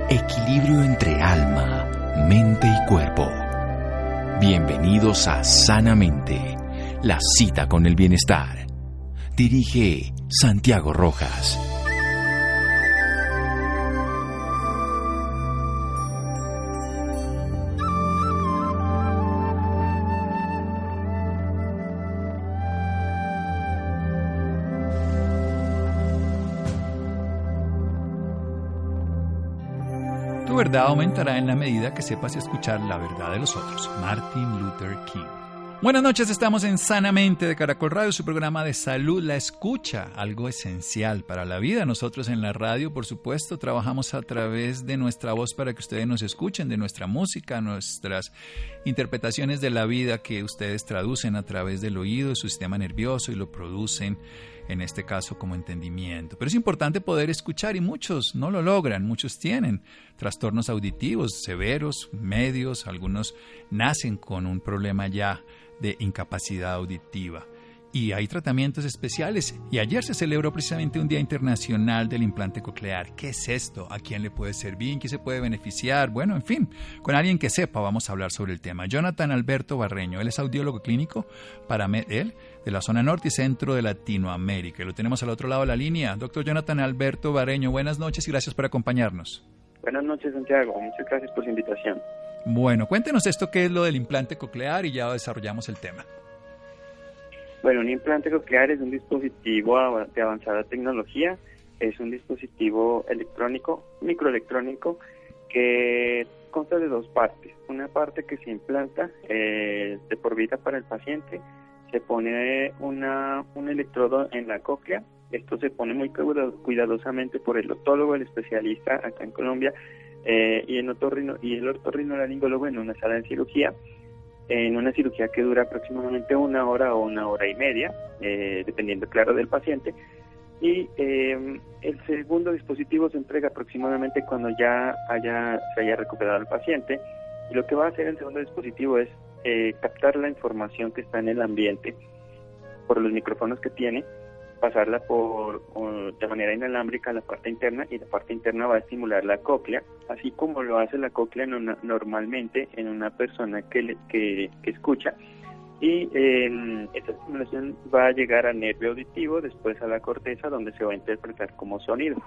Equilibrio entre alma, mente y cuerpo. Bienvenidos a Sanamente, la cita con el bienestar. Dirige Santiago Rojas. Tu verdad aumentará en la medida que sepas escuchar la verdad de los otros. Martin Luther King. Buenas noches, estamos en Sanamente de Caracol Radio, su programa de salud, la escucha, algo esencial para la vida. Nosotros en la radio, por supuesto, trabajamos a través de nuestra voz para que ustedes nos escuchen, de nuestra música, nuestras interpretaciones de la vida que ustedes traducen a través del oído, de su sistema nervioso y lo producen, en este caso, como entendimiento. Pero es importante poder escuchar y muchos no lo logran, muchos tienen trastornos auditivos severos, medios, algunos nacen con un problema ya de incapacidad auditiva. Y hay tratamientos especiales. Y ayer se celebró precisamente un Día Internacional del Implante Coclear. ¿Qué es esto? ¿A quién le puede servir? ¿En qué se puede beneficiar? Bueno, en fin, con alguien que sepa vamos a hablar sobre el tema. Jonathan Alberto Barreño, él es audiólogo clínico para él de la zona norte y centro de Latinoamérica. Lo tenemos al otro lado de la línea. Doctor Jonathan Alberto Barreño, buenas noches y gracias por acompañarnos. Buenas noches, Santiago. Muchas gracias por su invitación. Bueno, cuéntenos esto, ¿qué es lo del implante coclear? Y ya desarrollamos el tema. Bueno, un implante coclear es un dispositivo de avanzada tecnología, es un dispositivo electrónico, microelectrónico, que consta de dos partes. Una parte que se implanta de por vida para el paciente, se pone un electrodo en la cóclea. Esto se pone muy cuidadosamente por el otólogo, el especialista acá en Colombia, y el otorrinolaringólogo en una sala de cirugía. En una cirugía que dura aproximadamente 1 hora o 1 hora y media, dependiendo, claro, del paciente. Y el segundo dispositivo se entrega aproximadamente cuando ya se haya recuperado el paciente. Y lo que va a hacer el segundo dispositivo es captar la información que está en el ambiente por los micrófonos que tiene, pasarla de manera inalámbrica a la parte interna, y la parte interna va a estimular la cóclea, así como lo hace la cóclea normalmente en una persona que escucha. Y esta estimulación va a llegar al nervio auditivo, después a la corteza, donde se va a interpretar como sonido.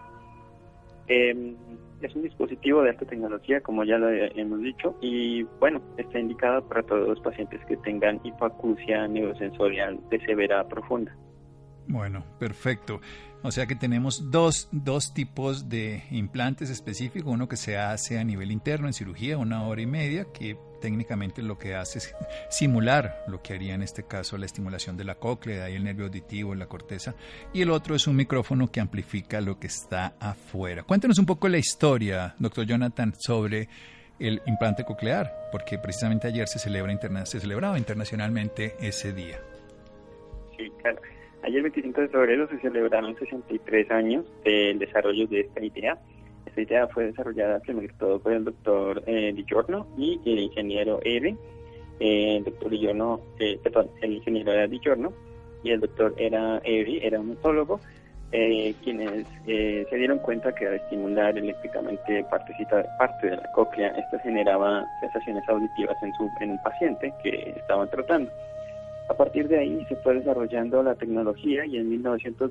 Es un dispositivo de alta tecnología, como ya lo hemos dicho, y bueno, está indicado para todos los pacientes que tengan hipoacusia neurosensorial de severa a profunda. Bueno, perfecto. O sea que tenemos dos tipos de implantes específicos, uno que se hace a nivel interno en cirugía, 1 hora y media, que técnicamente lo que hace es simular lo que haría en este caso la estimulación de la cóclea, de ahí el nervio auditivo, la corteza, y el otro es un micrófono que amplifica lo que está afuera. Cuéntanos un poco la historia, doctor Jonathan, sobre el implante coclear, porque precisamente ayer se celebraba internacionalmente ese día. Sí, claro. Ayer, 25 de febrero, se celebraron 63 años del desarrollo de esta idea. Esta idea fue desarrollada primero todo por el doctor Di Giorno y el ingeniero Eri. El ingeniero era Di Giorno y el doctor era Eri, era un otólogo, quienes se dieron cuenta que al estimular eléctricamente parte de la cóclea, esta generaba sensaciones auditivas en un paciente que estaban tratando. A partir de ahí se fue desarrollando la tecnología y en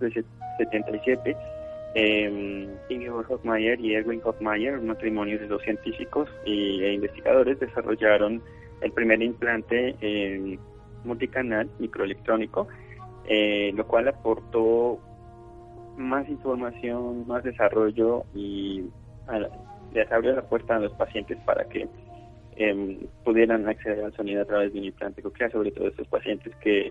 1977 Ingeborg Hoffmeier y Erwin Hoffmeier, un matrimonio de 2 científicos e investigadores, desarrollaron el primer implante multicanal microelectrónico, lo cual aportó más información, más desarrollo y les abrió la puerta a los pacientes para que pudieran acceder al sonido a través de un implante coclear, sobre todo estos pacientes que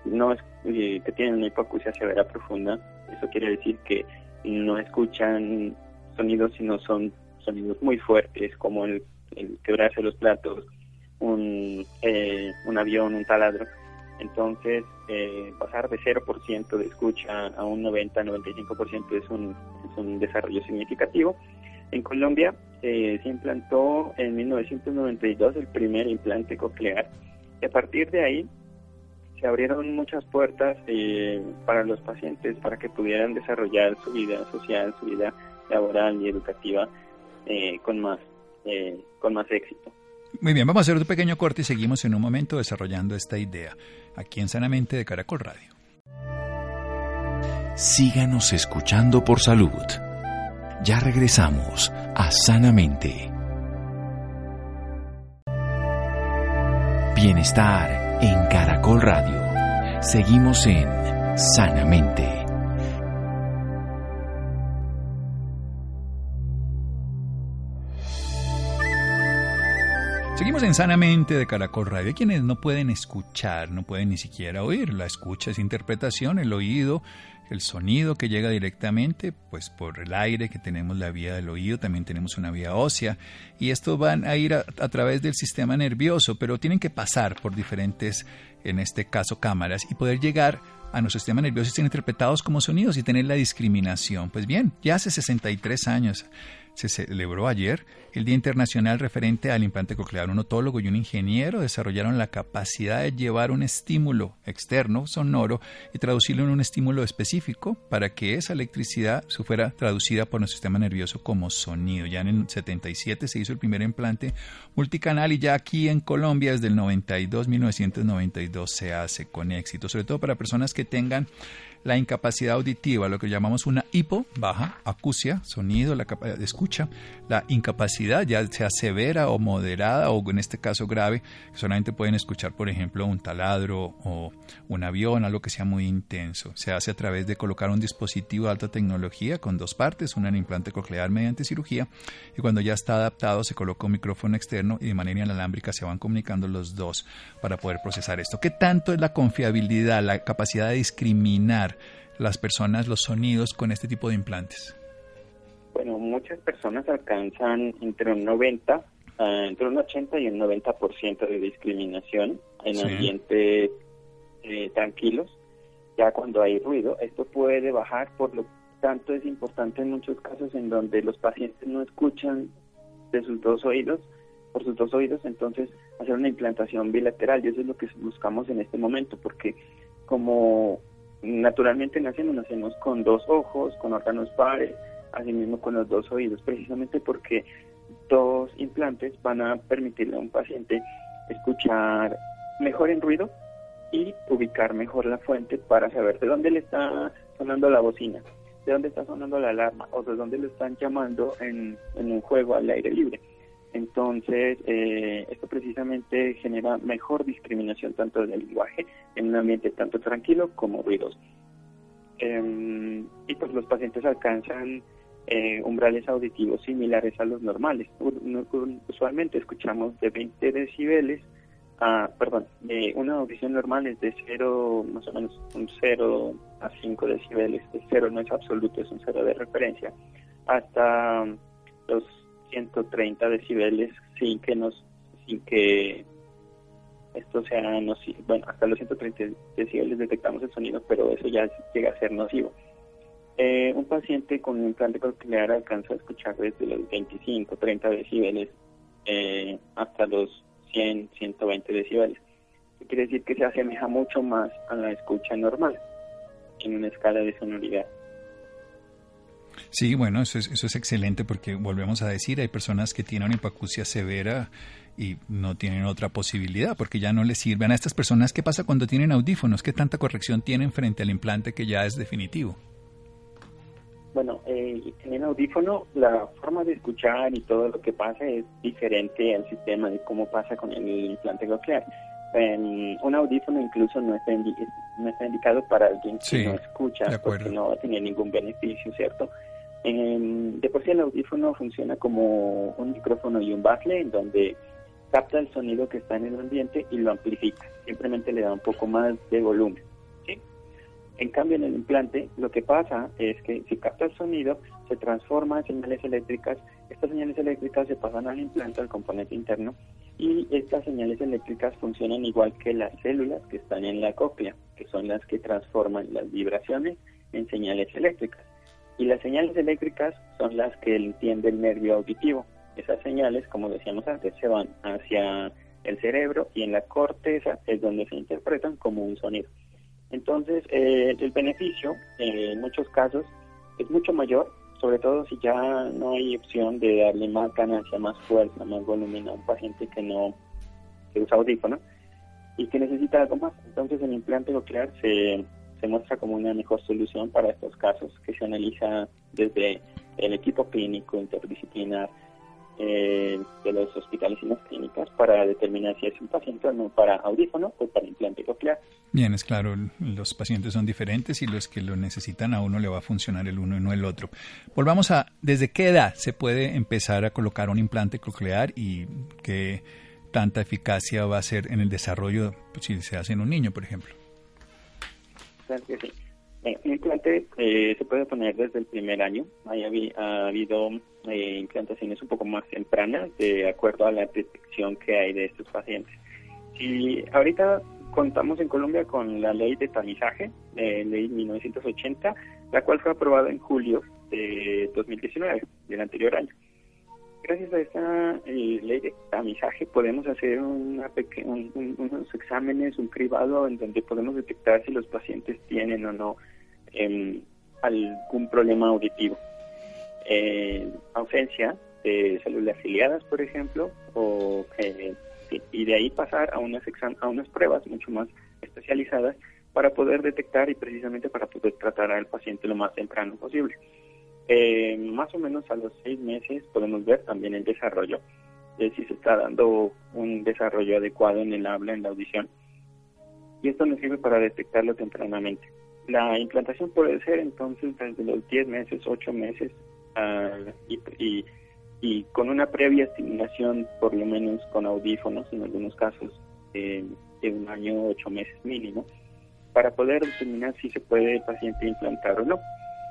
tienen una hipoacusia severa profunda. Eso quiere decir que no escuchan sonidos, sino son sonidos muy fuertes, como el quebrarse los platos, un avión, un taladro. Entonces, pasar de 0% de escucha a un 90-95% es un desarrollo significativo. En Colombia se implantó en 1992 el primer implante coclear, y a partir de ahí se abrieron muchas puertas para los pacientes para que pudieran desarrollar su vida social, su vida laboral y educativa con más éxito. Muy bien, vamos a hacer un pequeño corte y seguimos en un momento desarrollando esta idea aquí en Sanamente de Caracol Radio. Síganos escuchando por salud. Ya regresamos a Sanamente. Bienestar en Caracol Radio. Seguimos en Sanamente. Seguimos en Sanamente de Caracol Radio. Hay quienes no pueden escuchar, no pueden ni siquiera oír. La escucha es interpretación, el oído, el sonido que llega directamente, pues por el aire que tenemos la vía del oído, también tenemos una vía ósea, y estos van a ir a través del sistema nervioso, pero tienen que pasar por diferentes, en este caso, cámaras, y poder llegar a nuestro sistema nervioso y ser interpretados como sonidos y tener la discriminación. Pues bien, ya hace 63 años se celebró ayer el Día Internacional referente al implante coclear. Un otólogo y un ingeniero desarrollaron la capacidad de llevar un estímulo externo, sonoro, y traducirlo en un estímulo específico para que esa electricidad fuera traducida por nuestro sistema nervioso como sonido. Ya en el 77 se hizo el primer implante multicanal y ya aquí en Colombia desde el 1992 se hace con éxito, sobre todo para personas que tengan la incapacidad auditiva, lo que llamamos una hipo, baja, acusia, sonido, la escucha, la incapacidad ya sea severa o moderada o en este caso grave, que solamente pueden escuchar, por ejemplo, un taladro o un avión, algo que sea muy intenso. Se hace a través de colocar un dispositivo de alta tecnología con dos partes, una en implante coclear mediante cirugía, y cuando ya está adaptado se coloca un micrófono externo y de manera inalámbrica se van comunicando los dos para poder procesar esto. ¿Qué tanto es la confiabilidad, la capacidad de discriminar las personas los sonidos con este tipo de implantes? Bueno, muchas personas alcanzan entre un 80 y un 90% de discriminación en ambientes tranquilos. Ya cuando hay ruido, esto puede bajar, por lo tanto es importante en muchos casos en donde los pacientes no escuchan por sus dos oídos, entonces hacer una implantación bilateral, y eso es lo que buscamos en este momento, porque como naturalmente nacemos con dos ojos, con órganos pares, asimismo con los dos oídos, precisamente porque dos implantes van a permitirle a un paciente escuchar mejor en ruido y ubicar mejor la fuente para saber de dónde le está sonando la bocina, de dónde está sonando la alarma o de dónde lo están llamando en un juego al aire libre. Entonces, esto precisamente genera mejor discriminación tanto del lenguaje en un ambiente tanto tranquilo como ruidoso. Y pues los pacientes alcanzan umbrales auditivos similares a los normales. Usualmente escuchamos de 20 decibeles una audición normal es de 0, más o menos un 0 a 5 decibeles. El 0 no es absoluto, es un 0 de referencia, hasta los 130 decibeles sin que esto sea nocivo. Bueno, hasta los 130 decibeles detectamos el sonido, pero eso ya llega a ser nocivo. Un paciente con un implante coclear alcanza a escuchar desde los 25, 30 decibeles hasta los 100, 120 decibeles. Quiere decir que se asemeja mucho más a la escucha normal en una escala de sonoridad. Sí, bueno, eso es excelente porque volvemos a decir, hay personas que tienen una hipoacusia severa y no tienen otra posibilidad porque ya no les sirven. A estas personas, ¿qué pasa cuando tienen audífonos? ¿Qué tanta corrección tienen frente al implante que ya es definitivo? Bueno, en el audífono la forma de escuchar y todo lo que pasa es diferente al sistema de cómo pasa con el implante coclear. Un audífono incluso no está indicado para alguien que no escucha, porque no va a tener ningún beneficio, ¿cierto? De por sí el audífono funciona como un micrófono y un bafle en donde capta el sonido que está en el ambiente y lo amplifica, simplemente le da un poco más de volumen, ¿sí? En cambio en el implante lo que pasa es que si capta el sonido se transforma en señales eléctricas. Estas señales eléctricas se pasan al implante, al componente interno, y estas señales eléctricas funcionan igual que las células que están en la cóclea, que son las que transforman las vibraciones en señales eléctricas. Y las señales eléctricas son las que entiende el nervio auditivo. Esas señales, como decíamos antes, se van hacia el cerebro y en la corteza es donde se interpretan como un sonido. Entonces, el beneficio en muchos casos es mucho mayor sobre todo si ya no hay opción de darle más ganancia, más fuerza, más volumen a un paciente que usa audífono y que necesita algo más. Entonces el implante coclear se muestra como una mejor solución para estos casos, que se analiza desde el equipo clínico interdisciplinar de los hospitales y las clínicas para determinar si es un paciente o no para audífono o para implante coclear. Bien, es claro, los pacientes son diferentes y los que lo necesitan a uno le va a funcionar el uno y no el otro. Volvamos a, ¿desde qué edad se puede empezar a colocar un implante coclear y qué tanta eficacia va a ser en el desarrollo, pues, si se hace en un niño, por ejemplo? Claro que sí. Un implante se puede poner desde el primer año. Ha habido implantaciones un poco más tempranas de acuerdo a la detección que hay de estos pacientes. Y ahorita contamos en Colombia con la ley de tamizaje, ley 1980, la cual fue aprobada en julio de 2019, del anterior año. Gracias a esta ley de tamizaje podemos hacer unos exámenes, un cribado en donde podemos detectar si los pacientes tienen o no algún problema auditivo. Ausencia de células ciliadas, por ejemplo, y de ahí pasar a unas pruebas mucho más especializadas para poder detectar y precisamente para poder tratar al paciente lo más temprano posible. Más o menos a los 6 meses podemos ver también el desarrollo, de si se está dando un desarrollo adecuado en el habla, en la audición, y esto nos sirve para detectarlo tempranamente. La implantación puede ser entonces desde los 10 meses, 8 meses, y con una previa estimulación, por lo menos con audífonos, en algunos casos de 1 año, 8 meses mínimo, para poder determinar si se puede el paciente implantar o no.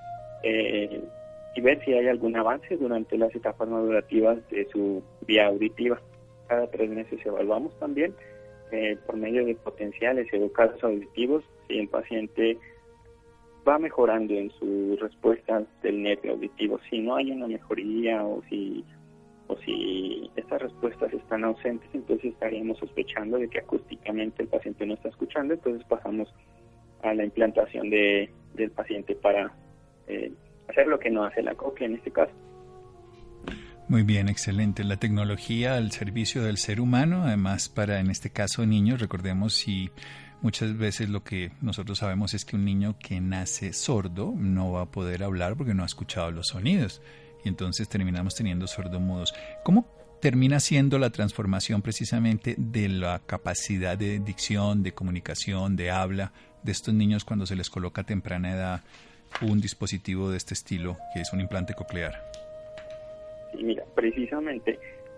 Y ver si hay algún avance durante las etapas madurativas de su vía auditiva. Cada 3 meses evaluamos también por medio de potenciales educados auditivos si el paciente va mejorando en su respuesta del nervio auditivo. Si no hay una mejoría o si estas respuestas están ausentes, entonces estaríamos sospechando de que acústicamente el paciente no está escuchando, entonces pasamos a la implantación del paciente para hacer lo que no hace la cóclea en este caso. Muy bien, excelente. La tecnología al servicio del ser humano, además para, en este caso, niños. Recordemos, si muchas veces lo que nosotros sabemos es que un niño que nace sordo no va a poder hablar porque no ha escuchado los sonidos. Y entonces terminamos teniendo sordomudos. ¿Cómo termina siendo la transformación precisamente de la capacidad de dicción, de comunicación, de habla de estos niños cuando se les coloca a temprana edad un dispositivo de este estilo, que es un implante coclear? Sí, mira, precisamente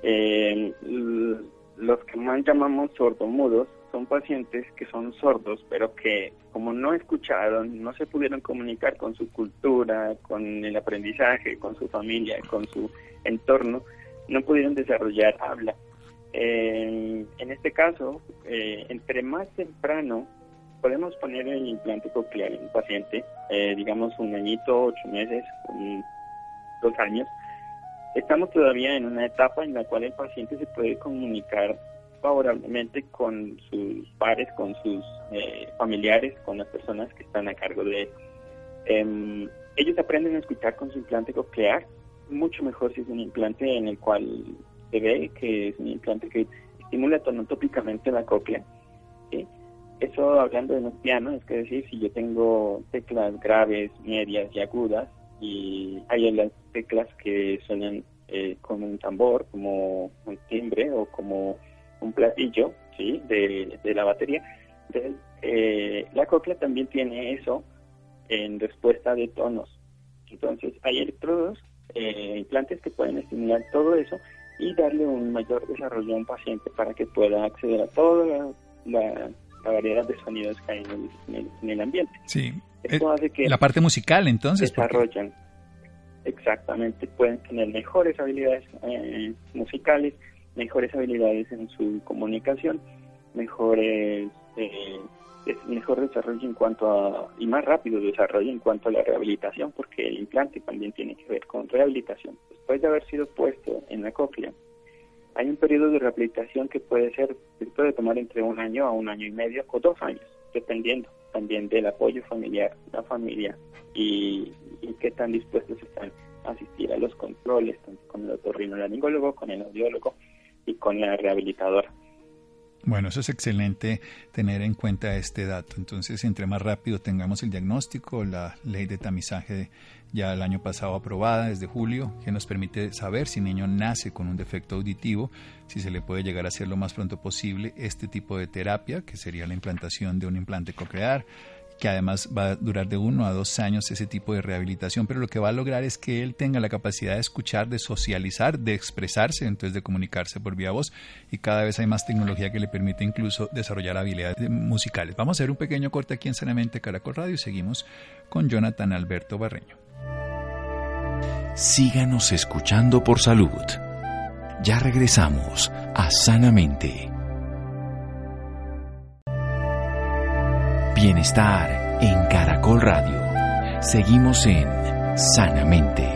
los que más llamamos sordomudos son pacientes que son sordos, pero que como no escucharon, no se pudieron comunicar con su cultura, con el aprendizaje, con su familia, con su entorno, no pudieron desarrollar habla. En este caso, entre más temprano podemos poner el implante coclear en un paciente, digamos 1 añito, 8 meses, 2 años, estamos todavía en una etapa en la cual el paciente se puede comunicar favorablemente con sus pares, con sus familiares, con las personas que están a cargo de él. Ellos aprenden a escuchar con su implante coclear mucho mejor si es un implante en el cual se ve que es un implante que estimula tonotópicamente la cóclea, ¿sí? Eso hablando de los pianos, es decir, si yo tengo teclas graves, medias y agudas, y hay las teclas que suenan como un tambor, como un timbre o como un platillo, ¿sí?, de la batería. Entonces, la cóclea también tiene eso en respuesta de tonos. Entonces, hay electrodos, implantes que pueden estimular todo eso y darle un mayor desarrollo a un paciente para que pueda acceder a toda la variedad de sonidos que hay en el ambiente. Sí. Esto hace que la parte musical, entonces, desarrollan, exactamente, pueden tener mejores habilidades musicales, mejores habilidades en su comunicación, mejor desarrollo en cuanto y más rápido desarrollo en cuanto a la rehabilitación, porque el implante también tiene que ver con rehabilitación. Después de haber sido puesto en la cóclea, hay un periodo de rehabilitación que puede tomar entre 1 año a 1 año y medio o 2 años, dependiendo también del apoyo familiar, la familia y qué tan dispuestos están asistir a los controles, tanto con el otorrinolaringólogo, con el audiólogo y con la rehabilitadora. Bueno, eso es excelente tener en cuenta este dato. Entonces, entre más rápido tengamos el diagnóstico, la ley de tamizaje ya el año pasado aprobada desde julio, que nos permite saber si el niño nace con un defecto auditivo, si se le puede llegar a hacer lo más pronto posible este tipo de terapia, que sería la implantación de un implante coclear, que además va a durar de 1 a 2 años ese tipo de rehabilitación, pero lo que va a lograr es que él tenga la capacidad de escuchar, de socializar, de expresarse, entonces de comunicarse por vía voz, y cada vez hay más tecnología que le permite incluso desarrollar habilidades musicales. Vamos a hacer un pequeño corte aquí en Sanamente Caracol Radio y seguimos con Jonathan Alberto Barreño. Síganos escuchando por salud. Ya regresamos a Sanamente. Bienestar en Caracol Radio. Seguimos en Sanamente.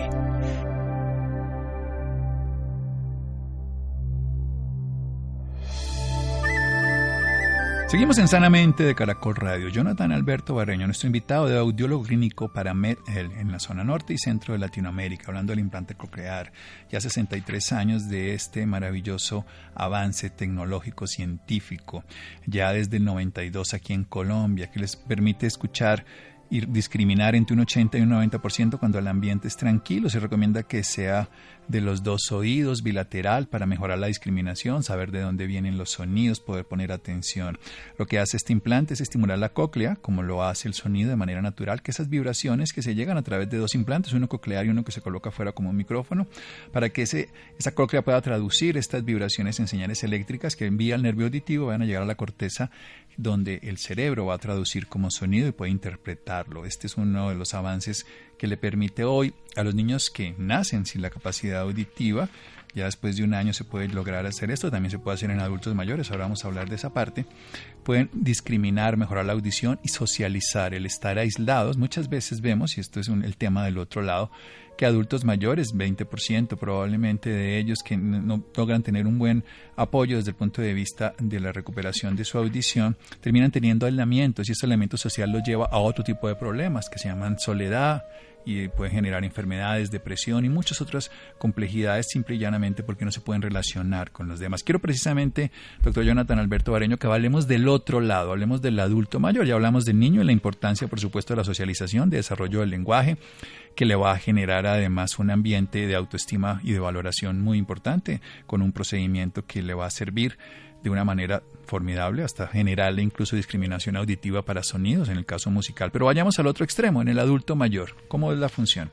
Seguimos en Sanamente de Caracol Radio. Jonathan Alberto Barreño, nuestro invitado de audiólogo clínico para MedHealth en la zona norte y centro de Latinoamérica, hablando del implante coclear. Ya 63 años de este maravilloso avance tecnológico científico, ya desde el 92 aquí en Colombia, que les permite escuchar y discriminar entre un 80 y un 90% cuando el ambiente es tranquilo. Se recomienda que sea de los 2 oídos, bilateral, para mejorar la discriminación, saber de dónde vienen los sonidos, poder poner atención. Lo que hace este implante es estimular la cóclea, como lo hace el sonido de manera natural, que esas vibraciones que se llegan a través de 2 implantes, uno coclear y uno que se coloca fuera como un micrófono, para que esa cóclea pueda traducir estas vibraciones en señales eléctricas que envía el nervio auditivo, van a llegar a la corteza, donde el cerebro va a traducir como sonido y puede interpretarlo. Este es uno de los avances que le permite hoy a los niños que nacen sin la capacidad auditiva. Ya después de 1 año se puede lograr hacer esto, también se puede hacer en adultos mayores, ahora vamos a hablar de esa parte. Pueden discriminar, mejorar la audición y socializar, el estar aislados. Muchas veces vemos, y esto es el tema del otro lado, que adultos mayores, 20% probablemente de ellos que no logran tener un buen apoyo desde el punto de vista de la recuperación de su audición, terminan teniendo aislamientos, y ese aislamiento social los lleva a otro tipo de problemas que se llaman soledad, y puede generar enfermedades, depresión y muchas otras complejidades, simple y llanamente porque no se pueden relacionar con los demás. Quiero precisamente, doctor Jonathan Alberto Barreño, que hablemos del otro lado, hablemos del adulto mayor. Ya hablamos del niño y la importancia, por supuesto, de la socialización, de desarrollo del lenguaje, que le va a generar además un ambiente de autoestima y de valoración muy importante, con un procedimiento que le va a servir de una manera formidable, hasta generarle incluso discriminación auditiva para sonidos en el caso musical. Pero vayamos al otro extremo, en el adulto mayor. ¿Cómo es la función?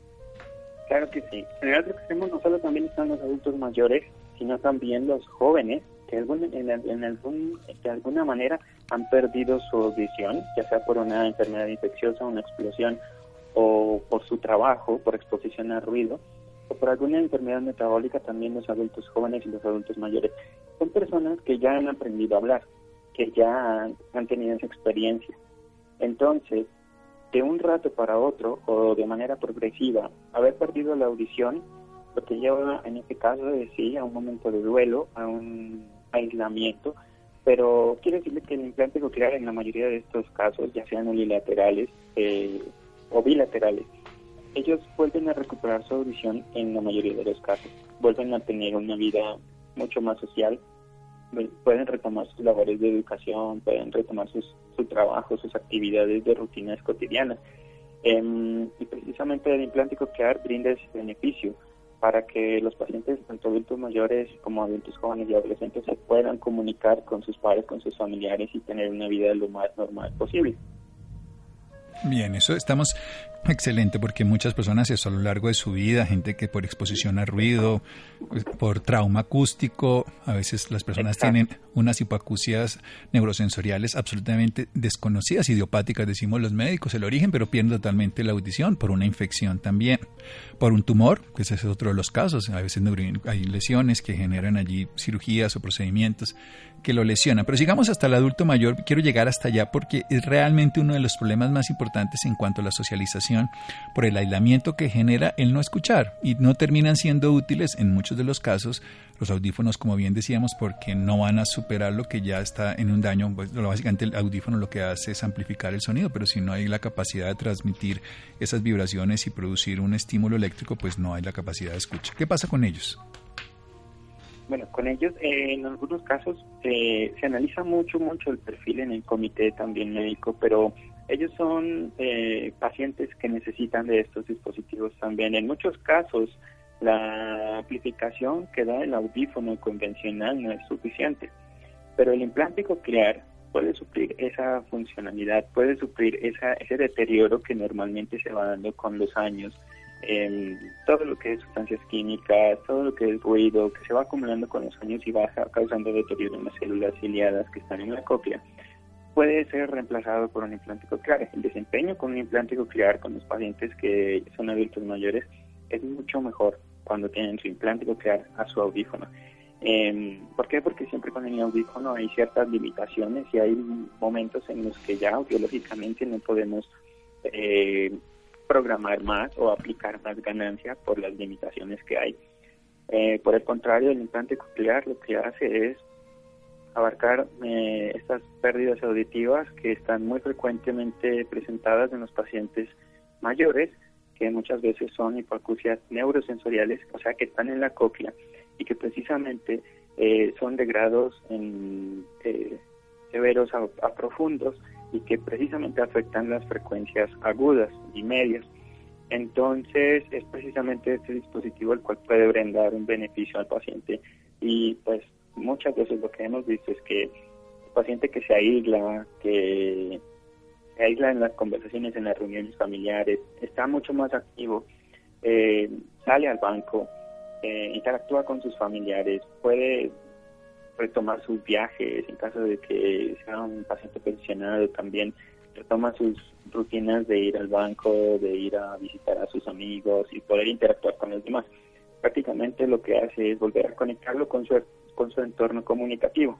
Claro que sí. En el otro extremo no solo también están los adultos mayores, sino también los jóvenes que de alguna manera han perdido su audición, ya sea por una enfermedad infecciosa, una explosión, o por su trabajo, por exposición al ruido, o por alguna enfermedad metabólica. También los adultos jóvenes y los adultos mayores son personas que ya han aprendido a hablar, que ya han tenido esa experiencia. Entonces, de un rato para otro, o de manera progresiva, haber perdido la audición, lo que lleva en este caso es sí a un momento de duelo, a un aislamiento, pero quiero decirle que el implante coclear en la mayoría de estos casos, ya sean unilaterales o bilaterales, ellos vuelven a recuperar su audición en la mayoría de los casos, vuelven a tener una vida mucho más social, pueden retomar sus labores de educación, pueden retomar su trabajo, sus actividades de rutinas cotidianas. Y precisamente el implante coclear brinda ese beneficio para que los pacientes, tanto adultos mayores como adultos jóvenes y adolescentes, se puedan comunicar con sus padres, con sus familiares y tener una vida lo más normal posible. Bien, eso estamos excelente, porque muchas personas eso a lo largo de su vida, gente que por exposición a ruido, por trauma acústico, a veces las personas tienen unas hipoacusias neurosensoriales absolutamente desconocidas, idiopáticas, decimos los médicos, el origen, pero pierden totalmente la audición por una infección también, por un tumor, que ese es otro de los casos. A veces hay lesiones que generan allí cirugías o procedimientos que lo lesionan. Pero sigamos hasta el adulto mayor, quiero llegar hasta allá porque es realmente uno de los problemas más importantes en cuanto a la socialización audición por el aislamiento que genera el no escuchar, y no terminan siendo útiles en muchos de los casos los audífonos, como bien decíamos, porque no van a superar lo que ya está en un daño. Pues, básicamente el audífono lo que hace es amplificar el sonido, pero si no hay la capacidad de transmitir esas vibraciones y producir un estímulo eléctrico, pues no hay la capacidad de escucha. ¿Qué pasa con ellos? Bueno, con ellos en algunos casos se analiza mucho el perfil en el comité también médico, pero ellos son pacientes que necesitan de estos dispositivos también. En muchos casos la amplificación que da el audífono convencional no es suficiente, pero el implante coclear puede suplir esa funcionalidad, puede suplir ese deterioro que normalmente se va dando con los años. Todo lo que es sustancias químicas, todo lo que es ruido que se va acumulando con los años y va causando deterioro en las células ciliadas que están en la cóclea, puede ser reemplazado por un implante coclear. El desempeño con un implante coclear con los pacientes que son adultos mayores es mucho mejor cuando tienen su implante coclear a su audífono. ¿Por qué? Porque siempre con el audífono hay ciertas limitaciones y hay momentos en los que ya audiológicamente no podemos programar más o aplicar más ganancia por las limitaciones que hay. Por el contrario, el implante coclear lo que hace es abarcar estas pérdidas auditivas que están muy frecuentemente presentadas en los pacientes mayores, que muchas veces son hipoacusias neurosensoriales, o sea que están en la cóclea y que precisamente son de grados severos a profundos y que precisamente afectan las frecuencias agudas y medias. Entonces es precisamente este dispositivo el cual puede brindar un beneficio al paciente, y pues muchas veces lo que hemos visto es que el paciente que se aísla en las conversaciones, en las reuniones familiares, está mucho más activo, sale al banco, interactúa con sus familiares, puede retomar sus viajes en caso de que sea un paciente pensionado, también retoma sus rutinas de ir al banco, de ir a visitar a sus amigos y poder interactuar con los demás. Prácticamente lo que hace es volver a conectarlo con su entorno comunicativo.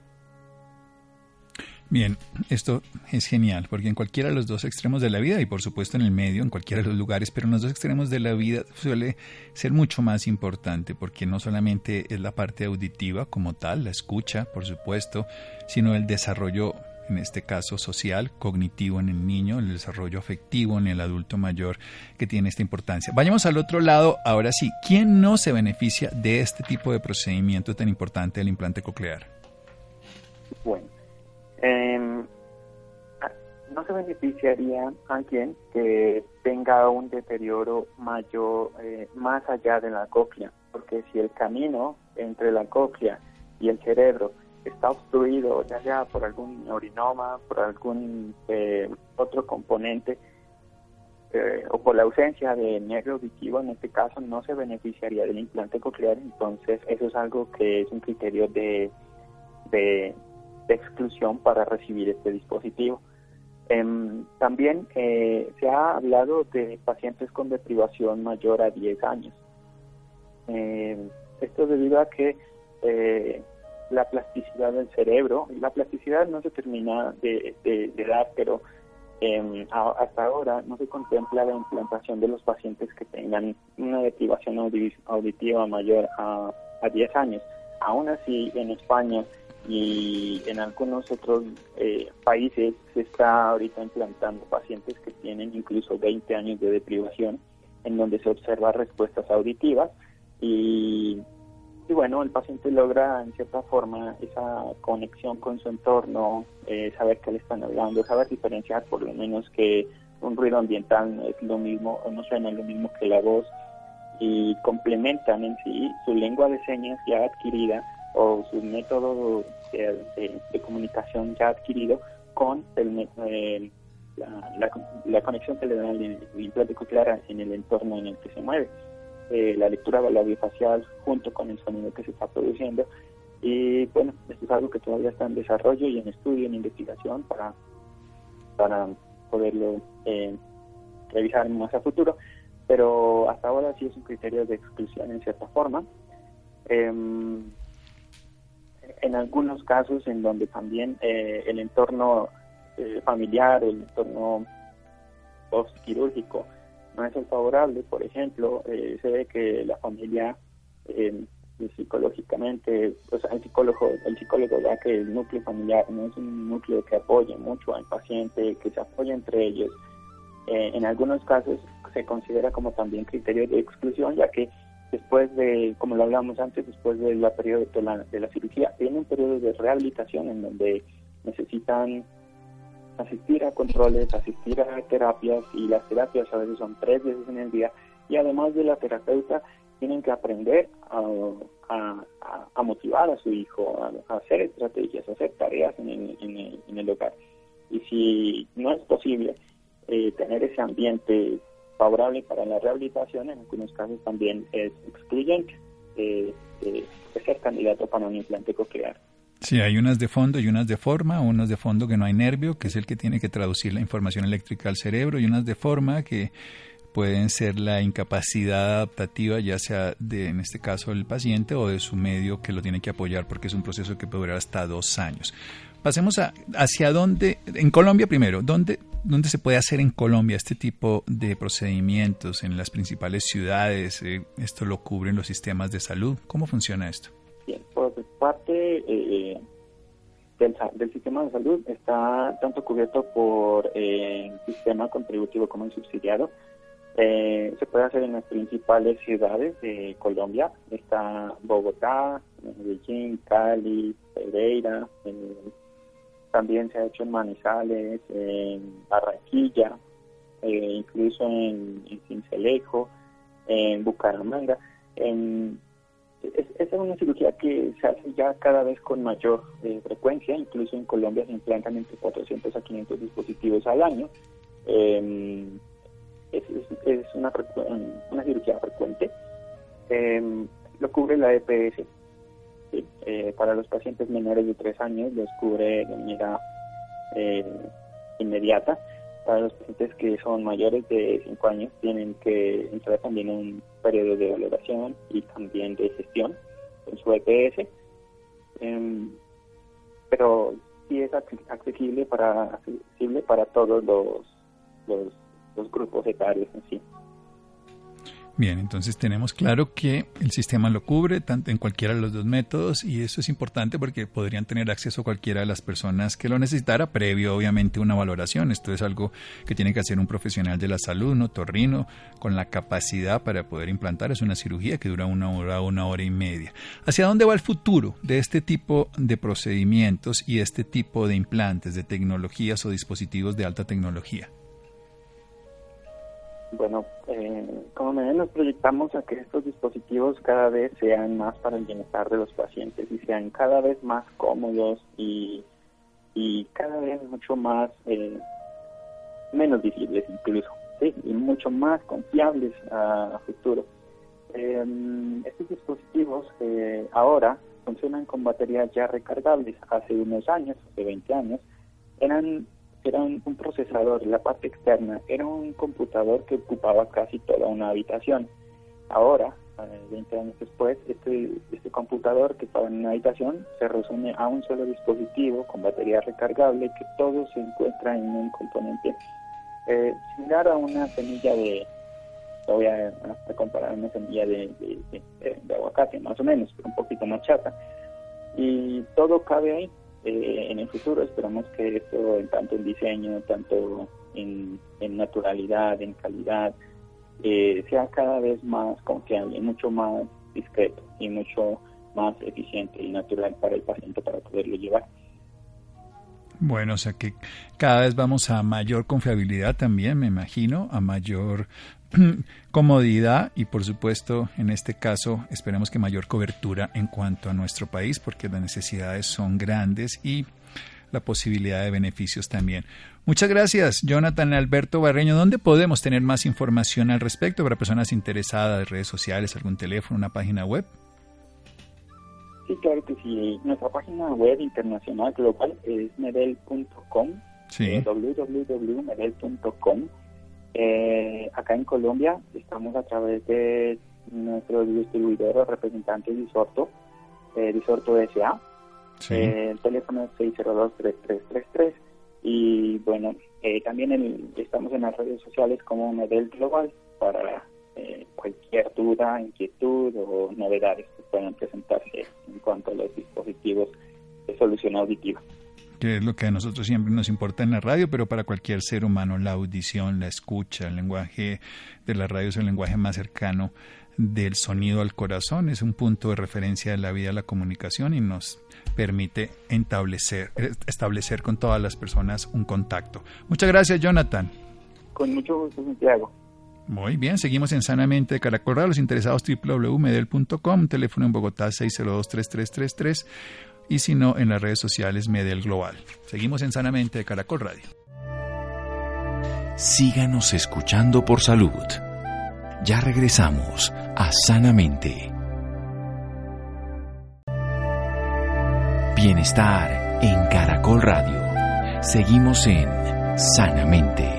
Bien, esto es genial, porque en cualquiera de los dos extremos de la vida, y por supuesto en el medio, en cualquiera de los lugares, pero en los dos extremos de la vida suele ser mucho más importante, porque no solamente es la parte auditiva como tal, la escucha, por supuesto, sino el desarrollo, en este caso social, cognitivo en el niño, el desarrollo afectivo en el adulto mayor, que tiene esta importancia. Vayamos al otro lado, ahora sí, ¿quién no se beneficia de este tipo de procedimiento tan importante del implante coclear? Bueno, no se beneficiaría alguien que tenga un deterioro mayor más allá de la cóclea, porque si el camino entre la cóclea y el cerebro está obstruido, ya sea por algún neurinoma, por algún otro componente, o por la ausencia de nervio auditivo, en este caso no se beneficiaría del implante coclear. Entonces eso es algo que es un criterio de exclusión para recibir este dispositivo. También se ha hablado de pacientes con deprivación mayor a 10 años. Esto debido a que la plasticidad del cerebro, la plasticidad no se termina de edad, pero hasta ahora no se contempla la implantación de los pacientes que tengan una deprivación auditiva mayor a 10 años. Aún así, en España y en algunos otros países se está ahorita implantando pacientes que tienen incluso 20 años de deprivación, en donde se observa respuestas auditivas y bueno, el paciente logra en cierta forma esa conexión con su entorno, saber qué le están hablando, saber diferenciar por lo menos que un ruido ambiental no es lo mismo o no suena lo mismo que la voz, y complementan en sí su lengua de señas ya adquirida o su método de comunicación ya adquirido con la conexión que le da el implante coclear en el entorno en el que se mueve. La lectura labiofacial junto con el sonido que se está produciendo, y bueno, esto es algo que todavía está en desarrollo y en estudio, en investigación para poderlo revisar más a futuro, pero hasta ahora sí es un criterio de exclusión en cierta forma. En algunos casos en donde también el entorno familiar, el entorno postquirúrgico no es el favorable. Por ejemplo, se ve que la familia psicológicamente, o sea, el psicólogo da que el núcleo familiar no es un núcleo que apoye mucho al paciente, que se apoye entre ellos. En algunos casos se considera como también criterio de exclusión, ya que después de, como lo hablamos antes, después de la periodo de la cirugía, viene un periodo de rehabilitación en donde necesitan asistir a controles, asistir a terapias, y las terapias a veces son 3 veces en el día, y además de la terapeuta tienen que aprender a motivar a su hijo, a hacer estrategias, a hacer tareas en el hogar. Y si no es posible tener ese ambiente favorable para la rehabilitación, en algunos casos también es excluyente de ser candidato para un implante coclear. Sí, hay unas de fondo y unas de forma, unas de fondo que no hay nervio, que es el que tiene que traducir la información eléctrica al cerebro, y unas de forma que pueden ser la incapacidad adaptativa, ya sea en este caso del paciente o de su medio que lo tiene que apoyar, porque es un proceso que puede durar hasta 2 años. Pasemos hacia dónde, en Colombia primero, ¿dónde se puede hacer en Colombia este tipo de procedimientos en las principales ciudades? ¿Esto lo cubren los sistemas de salud? ¿Cómo funciona esto? Bien, por parte del sistema de salud está tanto cubierto por el sistema contributivo como el subsidiado. Se puede hacer en las principales ciudades de Colombia. Está Bogotá, Medellín, Cali, Pereira. También se ha hecho en Manizales, en Barranquilla, incluso en Sincelejo, en Bucaramanga. Esta es una cirugía que se hace ya cada vez con mayor frecuencia. Incluso en Colombia se implantan entre 400 a 500 dispositivos al año. Es una cirugía frecuente. Lo cubre la EPS. Sí, para los pacientes menores de 3 años los cubre de manera inmediata. Para los pacientes que son mayores de 5 años tienen que entrar también en un periodo de valoración y también de gestión con su EPS. Pero sí es accesible para todos los grupos etarios en sí. Bien, entonces tenemos claro que el sistema lo cubre tanto en cualquiera de los 2 métodos, y eso es importante porque podrían tener acceso a cualquiera de las personas que lo necesitara, previo obviamente una valoración. Esto es algo que tiene que hacer un profesional de la salud, un otorrino, con la capacidad para poder implantar. Es una cirugía que dura 1 hora, 1 hora y media. ¿Hacia dónde va el futuro de este tipo de procedimientos y este tipo de implantes, de tecnologías o dispositivos de alta tecnología? Bueno, como medios nos proyectamos a que estos dispositivos cada vez sean más para el bienestar de los pacientes y sean cada vez más cómodos y cada vez mucho más, menos visibles incluso, ¿sí? Y mucho más confiables a futuro. Estos dispositivos ahora funcionan con baterías ya recargables. Hace unos años, hace 20 años, eran un procesador. La parte externa era un computador que ocupaba casi toda una habitación. Ahora, 20 años después, este computador que estaba en una habitación se resume a un solo dispositivo con batería recargable, que todo se encuentra en un componente similar a una semilla voy a comparar una semilla de aguacate, más o menos, pero un poquito más chata. Y todo cabe ahí. En el futuro esperamos que esto, tanto en diseño, tanto en naturalidad, en calidad, sea cada vez más confiable, mucho más discreto y mucho más eficiente y natural para el paciente para poderlo llevar. Bueno, o sea que cada vez vamos a mayor confiabilidad también, me imagino, a mayor comodidad y, por supuesto, en este caso, esperemos que mayor cobertura en cuanto a nuestro país, porque las necesidades son grandes y la posibilidad de beneficios también. Muchas gracias, Jonathan Alberto Barreño. ¿Dónde podemos tener más información al respecto para personas interesadas, redes sociales, algún teléfono, una página web? Sí, claro que sí. Nuestra página web internacional global es medel.com, sí. www.medel.com. Acá en Colombia estamos a través de nuestro distribuidor o representante Disorto S.A. Sí. El teléfono es 602-3333. Y bueno, también estamos en las redes sociales como Medel Global. para cualquier duda, inquietud o novedades que puedan presentarse en cuanto a los dispositivos de solución auditiva. Que es lo que a nosotros siempre nos importa en la radio, pero para cualquier ser humano la audición, la escucha, el lenguaje de la radio es el lenguaje más cercano del sonido al corazón, es un punto de referencia de la vida de la comunicación y nos permite establecer con todas las personas un contacto. Muchas gracias, Jonathan. Con mucho gusto, Santiago. Muy bien, seguimos en Sanamente de Caracol Radio. Los interesados www.medel.com, teléfono en Bogotá 602-3333 y si no en las redes sociales Medel Global. Seguimos en Sanamente de Caracol Radio. Síganos escuchando por salud. Ya regresamos a Sanamente. Bienestar en Caracol Radio. Seguimos en Sanamente.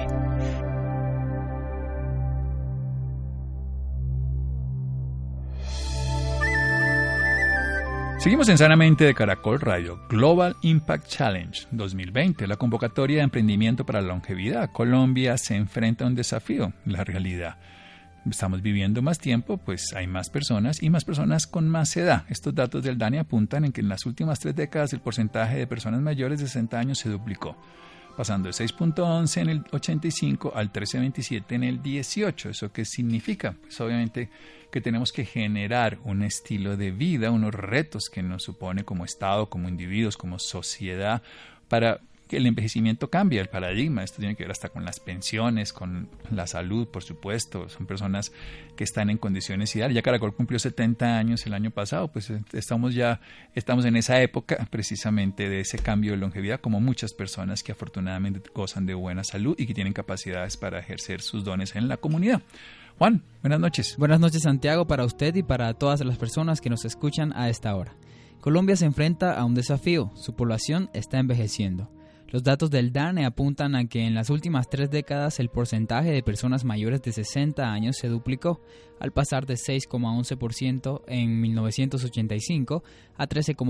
Seguimos en Sanamente de Caracol Radio. Global Impact Challenge 2020, la convocatoria de emprendimiento para la longevidad. Colombia se enfrenta a un desafío, la realidad. Estamos viviendo más tiempo, pues hay más personas y más personas con más edad. Estos datos del DANE apuntan en que en las últimas 3 décadas el porcentaje de personas mayores de 60 años se duplicó, pasando de 6.11 en el 85 al 13.27 en el 18. ¿Eso qué significa? Pues obviamente que tenemos que generar un estilo de vida, unos retos que nos supone como Estado, como individuos, como sociedad, para que el envejecimiento cambie el paradigma. Esto tiene que ver hasta con las pensiones, con la salud, por supuesto. Son personas que están en condiciones ideales. Ya Caracol cumplió 70 años el año pasado, pues estamos en esa época precisamente de ese cambio de longevidad, como muchas personas que afortunadamente gozan de buena salud y que tienen capacidades para ejercer sus dones en la comunidad. Juan, buenas noches. Buenas noches, Santiago, para usted y para todas las personas que nos escuchan a esta hora. Colombia se enfrenta a un desafío. Su población está envejeciendo. Los datos del DANE apuntan a que en las últimas 3 décadas el porcentaje de personas mayores de 60 años se duplicó, al pasar de 6,11% en 1985 a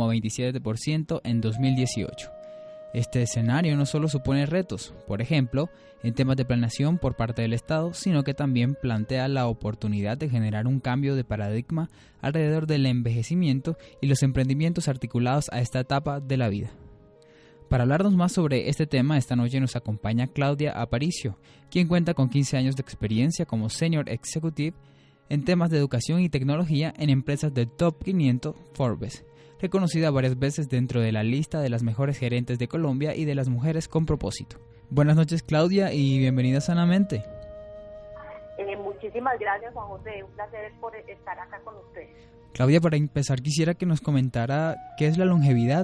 13,27% en 2018. Este escenario no solo supone retos, por ejemplo, en temas de planeación por parte del Estado, sino que también plantea la oportunidad de generar un cambio de paradigma alrededor del envejecimiento y los emprendimientos articulados a esta etapa de la vida. Para hablarnos más sobre este tema, esta noche nos acompaña Claudia Aparicio, quien cuenta con 15 años de experiencia como Senior Executive en temas de educación y tecnología en empresas del Top 500 Forbes, reconocida varias veces dentro de la lista de las mejores gerentes de Colombia y de las mujeres con propósito. Buenas noches, Claudia, y bienvenida Sanamente. Muchísimas gracias, Juan José. Un placer por estar acá con ustedes. Claudia, para empezar quisiera que nos comentara qué es la longevidad.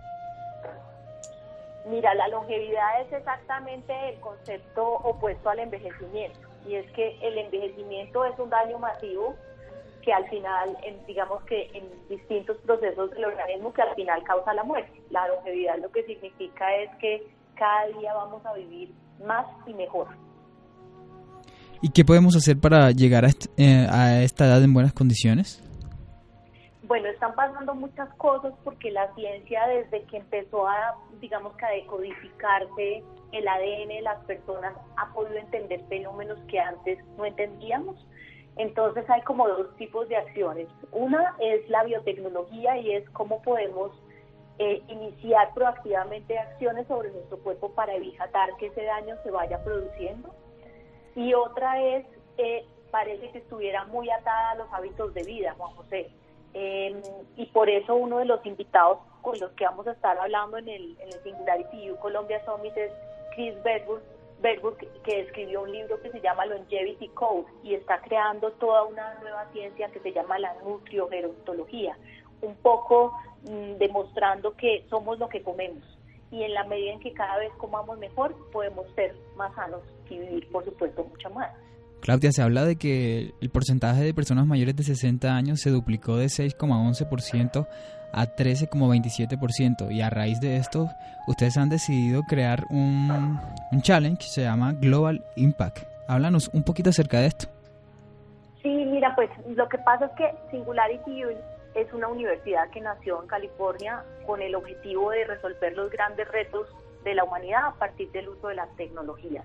Mira, la longevidad es exactamente el concepto opuesto al envejecimiento, y es que el envejecimiento es un daño masivo que al final, digamos que en distintos procesos del organismo, que al final causa la muerte. La longevidad lo que significa es que cada día vamos a vivir más y mejor. ¿Y qué podemos hacer para llegar a esta edad en buenas condiciones? Bueno, están pasando muchas cosas porque la ciencia, desde que empezó a decodificarse el ADN de las personas, ha podido entender fenómenos que antes no entendíamos. Entonces hay como 2 tipos de acciones. Una es la biotecnología, y es cómo podemos iniciar proactivamente acciones sobre nuestro cuerpo para evitar que ese daño se vaya produciendo. Y otra es, parece que estuviera muy atada a los hábitos de vida, Juan José. Y por eso uno de los invitados con los que vamos a estar hablando en el Singularity U Colombia Summit es Chris Berburg, que escribió un libro que se llama Longevity Code y está creando toda una nueva ciencia que se llama la nutriogerontología, un poco demostrando que somos lo que comemos, y en la medida en que cada vez comamos mejor podemos ser más sanos y vivir, por supuesto, mucho más. Claudia, se habla de que el porcentaje de personas mayores de 60 años se duplicó de 6,11% a 13,27%, y a raíz de esto ustedes han decidido crear un challenge que se llama Global Impact. Háblanos un poquito acerca de esto. Sí, mira, pues lo que pasa es que Singularity U es una universidad que nació en California con el objetivo de resolver los grandes retos de la humanidad a partir del uso de las tecnologías.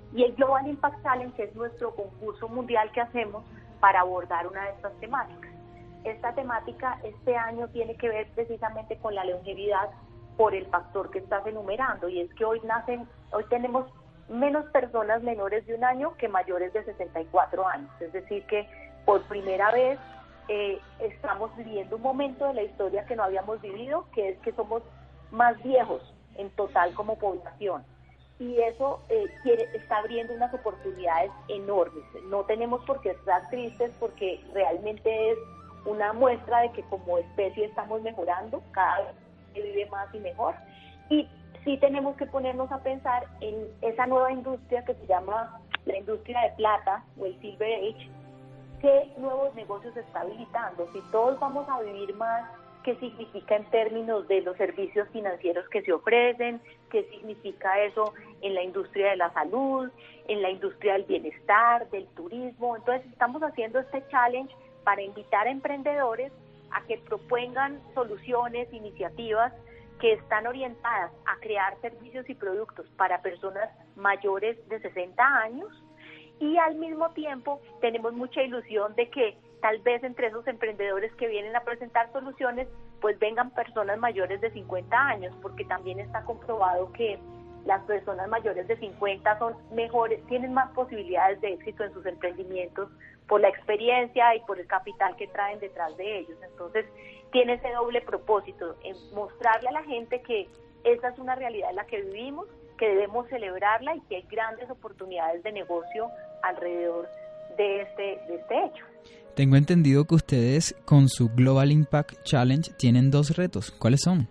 Y el Global Impact Challenge es nuestro concurso mundial que hacemos para abordar una de estas temáticas. Esta temática este año tiene que ver precisamente con la longevidad por el factor que estás enumerando, y es que hoy tenemos menos personas menores de un año que mayores de 64 años, es decir que por primera vez estamos viviendo un momento de la historia que no habíamos vivido, que es que somos más viejos en total como población, y eso está abriendo unas oportunidades enormes. No tenemos por qué estar tristes, porque realmente es una muestra de que como especie estamos mejorando, cada vez se vive más y mejor, y sí tenemos que ponernos a pensar en esa nueva industria que se llama la industria de plata o el Silver Age. ¿Qué nuevos negocios se está habilitando? Si todos vamos a vivir más, ¿qué significa en términos de los servicios financieros que se ofrecen? ¿Qué significa eso en la industria de la salud, en la industria del bienestar, del turismo? Entonces estamos haciendo este challenge para invitar a emprendedores a que propongan soluciones, iniciativas que están orientadas a crear servicios y productos para personas mayores de 60 años, y al mismo tiempo tenemos mucha ilusión de que tal vez entre esos emprendedores que vienen a presentar soluciones, pues vengan personas mayores de 50 años, porque también está comprobado que las personas mayores de 50 son mejores, tienen más posibilidades de éxito en sus emprendimientos por la experiencia y por el capital que traen detrás de ellos. Entonces tiene ese doble propósito, en mostrarle a la gente que esta es una realidad en la que vivimos, que debemos celebrarla y que hay grandes oportunidades de negocio alrededor de este hecho. Tengo entendido que ustedes con su Global Impact Challenge tienen 2 retos. ¿Cuáles son?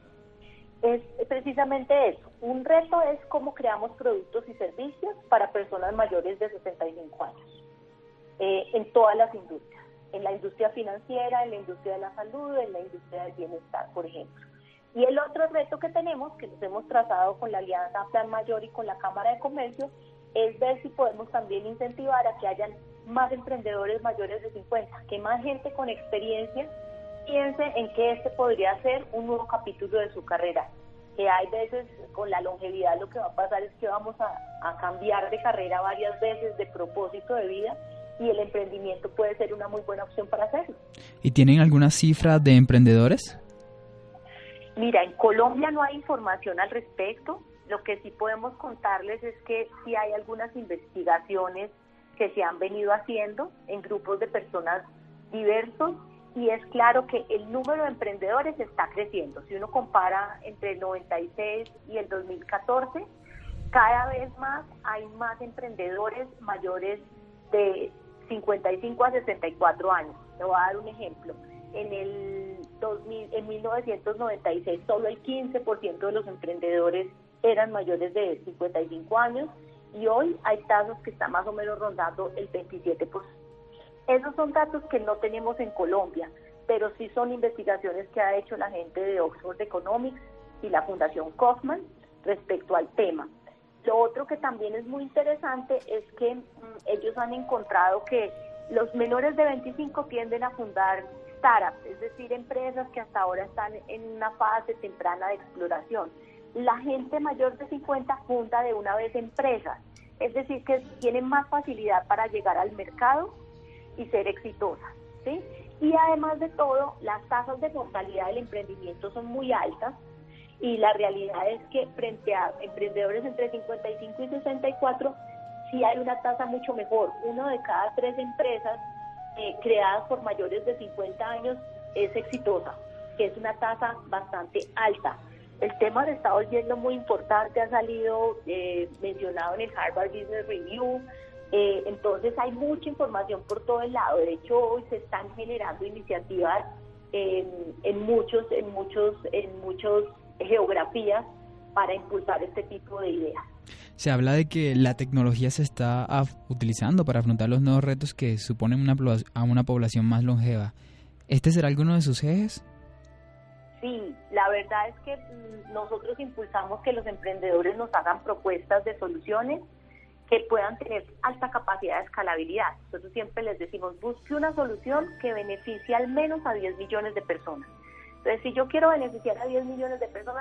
Es precisamente eso. Un reto es cómo creamos productos y servicios para personas mayores de 65 años, en todas las industrias, en la industria financiera, en la industria de la salud, en la industria del bienestar, por ejemplo. Y el otro reto que tenemos, que nos hemos trazado con la Alianza Plan Mayor y con la Cámara de Comercio, es ver si podemos también incentivar a que hayan más emprendedores mayores de 50, que más gente con experiencia piense en que este podría ser un nuevo capítulo de su carrera. Que hay veces con la longevidad lo que va a pasar es que vamos a cambiar de carrera varias veces, de propósito de vida, y el emprendimiento puede ser una muy buena opción para hacerlo. ¿Y tienen alguna cifra de emprendedores? Mira, en Colombia no hay información al respecto. Lo que sí podemos contarles es que sí hay algunas investigaciones que se han venido haciendo en grupos de personas diversos, y es claro que el número de emprendedores está creciendo. Si uno compara entre el 96 y el 2014, cada vez más hay más emprendedores mayores de 55 a 64 años. Te voy a dar un ejemplo. En 1996 solo el 15% de los emprendedores eran mayores de 55 años, y hoy hay tasas que están más o menos rondando el 27%. Esos son datos que no tenemos en Colombia, pero sí son investigaciones que ha hecho la gente de Oxford Economics y la Fundación Kaufman respecto al tema. Lo otro que también es muy interesante es que ellos han encontrado que los menores de 25 tienden a fundar startups, es decir, empresas que hasta ahora están en una fase temprana de exploración. La gente mayor de 50 funda de una vez empresas, es decir, que tienen más facilidad para llegar al mercado y ser exitosas, ¿sí? Y además de todo, las tasas de mortalidad del emprendimiento son muy altas, y la realidad es que frente a emprendedores entre 55 y 64 sí hay una tasa mucho mejor. 1 de cada 3 empresas creadas por mayores de 50 años es exitosa, que es una tasa bastante alta. El tema se está volviendo muy importante, ha salido mencionado en el Harvard Business Review. Entonces hay mucha información por todo el lado. De hecho, hoy se están generando iniciativas en muchos geografías para impulsar este tipo de ideas. Se habla de que la tecnología se está utilizando para afrontar los nuevos retos que suponen a una población más longeva. ¿Este será alguno de sus ejes? Sí, la verdad es que nosotros impulsamos que los emprendedores nos hagan propuestas de soluciones que puedan tener alta capacidad de escalabilidad. Nosotros siempre les decimos, busque una solución que beneficie al menos a 10 millones de personas. Entonces, si yo quiero beneficiar a 10 millones de personas,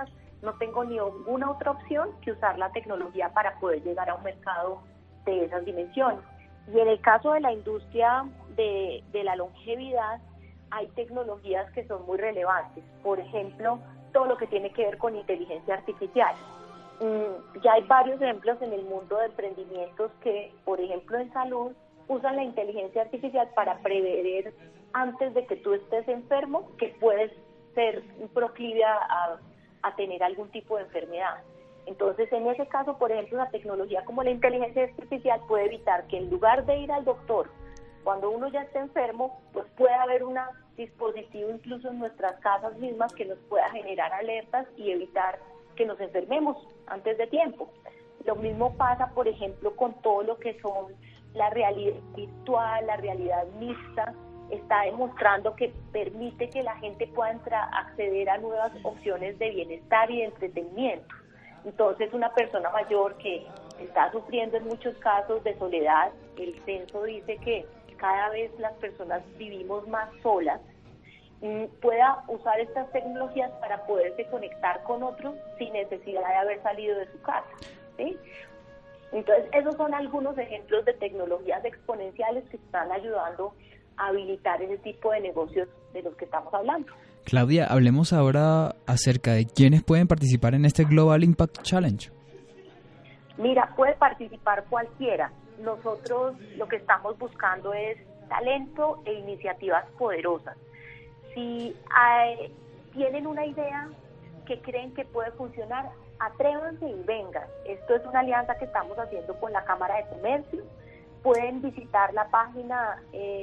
no tengo ninguna otra opción que usar la tecnología para poder llegar a un mercado de esas dimensiones. Y en el caso de la industria de la longevidad, hay tecnologías que son muy relevantes. Por ejemplo, todo lo que tiene que ver con inteligencia artificial. Ya hay varios ejemplos en el mundo de emprendimientos que, por ejemplo, en salud, usan la inteligencia artificial para prever antes de que tú estés enfermo que puedes ser proclive a tener algún tipo de enfermedad. Entonces, en ese caso, por ejemplo, una tecnología como la inteligencia artificial puede evitar que en lugar de ir al doctor cuando uno ya está enfermo, pues puede haber un dispositivo incluso en nuestras casas mismas que nos pueda generar alertas y evitar que nos enfermemos antes de tiempo. Lo mismo pasa, por ejemplo, con todo lo que son la realidad virtual, la realidad mixta. Está demostrando que permite que la gente pueda acceder a nuevas opciones de bienestar y de entretenimiento. Entonces, una persona mayor que está sufriendo en muchos casos de soledad, el censo dice que cada vez las personas vivimos más solas, pueda usar estas tecnologías para poderse conectar con otros sin necesidad de haber salido de su casa, ¿sí? Entonces, esos son algunos ejemplos de tecnologías exponenciales que están ayudando a habilitar ese tipo de negocios de los que estamos hablando. Claudia, hablemos ahora acerca de quiénes pueden participar en este Global Impact Challenge. Mira, puede participar cualquiera. Nosotros lo que estamos buscando es talento e iniciativas poderosas. Si tienen una idea que creen que puede funcionar, atrévanse y vengan. Esto es una alianza que estamos haciendo con la Cámara de Comercio. Pueden visitar la página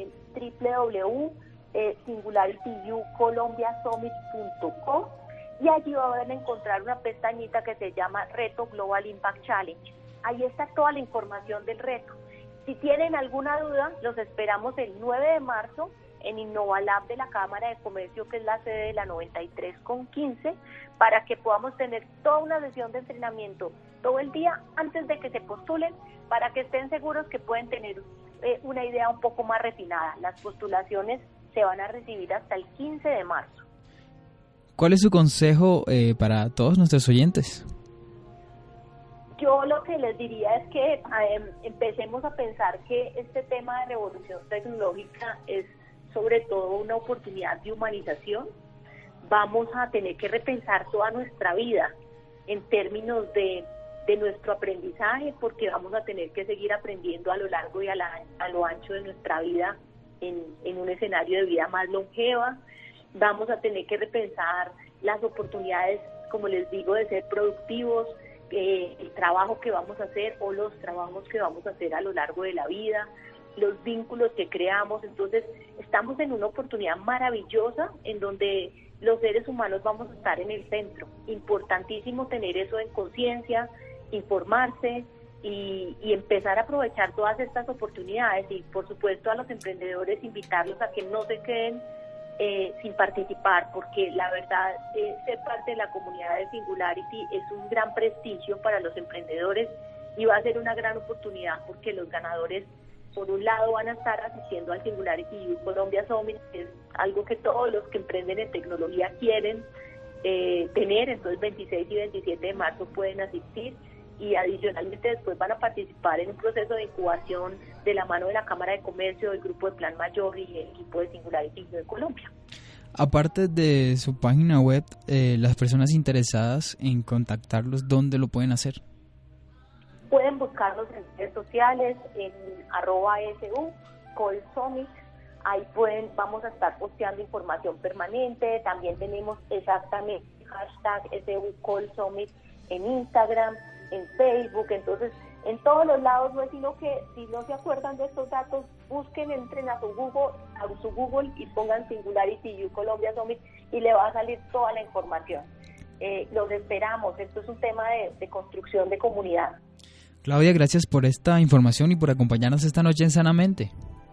www.singularityucolombiasummit.com y allí van a encontrar una pestañita que se llama Reto Global Impact Challenge. Ahí está toda la información del reto. Si tienen alguna duda, los esperamos el 9 de marzo en Innovalab de la Cámara de Comercio, que es la sede de la 93 con 15, para que podamos tener toda una sesión de entrenamiento todo el día antes de que se postulen, para que estén seguros que pueden tener una idea un poco más refinada. Las postulaciones se van a recibir hasta el 15 de marzo. ¿Cuál es su consejo para todos nuestros oyentes? Yo lo que les diría es que empecemos a pensar que este tema de revolución tecnológica es sobre todo una oportunidad de humanización. Vamos a tener que repensar toda nuestra vida en términos de nuestro aprendizaje, porque vamos a tener que seguir aprendiendo a lo largo y a lo ancho de nuestra vida en un escenario de vida más longeva. Vamos a tener que repensar las oportunidades, como les digo, de ser productivos, el trabajo que vamos a hacer o los trabajos que vamos a hacer a lo largo de la vida, los vínculos que creamos. Entonces, estamos en una oportunidad maravillosa en donde los seres humanos vamos a estar en el centro. Importantísimo tener eso en conciencia, informarse y empezar a aprovechar todas estas oportunidades. Y, por supuesto, a los emprendedores invitarlos a que no se queden sin participar, porque la verdad, ser parte de la comunidad de Singularity es un gran prestigio para los emprendedores y va a ser una gran oportunidad, porque los ganadores, por un lado, van a estar asistiendo al Singularity Youth Colombia Summit, que es algo que todos los que emprenden en tecnología quieren tener. Entonces 26 y 27 de marzo pueden asistir, y adicionalmente después van a participar en un proceso de incubación de la mano de la Cámara de Comercio, del Grupo de Plan Mayor y el equipo de Singularity de Colombia. Aparte de su página web, las personas interesadas en contactarlos, ¿dónde lo pueden hacer? Pueden buscarnos en redes sociales, en @SU Call Summit. Ahí vamos a estar posteando información permanente. También tenemos exactamente #SU Call Summit en Instagram, en Facebook. Entonces, en todos los lados, no es sino que si no se acuerdan de estos datos, busquen, entren a su Google y pongan Singularity Youth Colombia Summit y le va a salir toda la información. Los esperamos. Esto es un tema de construcción de comunidad. Claudia, gracias por esta información y por acompañarnos esta noche en Sanamente.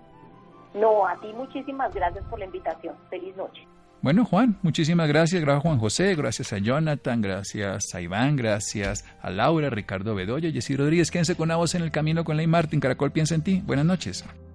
No, a ti muchísimas gracias por la invitación. Feliz noche. Bueno, Juan, muchísimas gracias. Gracias a Juan José, gracias a Jonathan, gracias a Iván, gracias a Laura, Ricardo Bedoya, Jessy Rodríguez. Quédense con una voz en el camino con Ley Martin. Caracol piensa en ti. Buenas noches.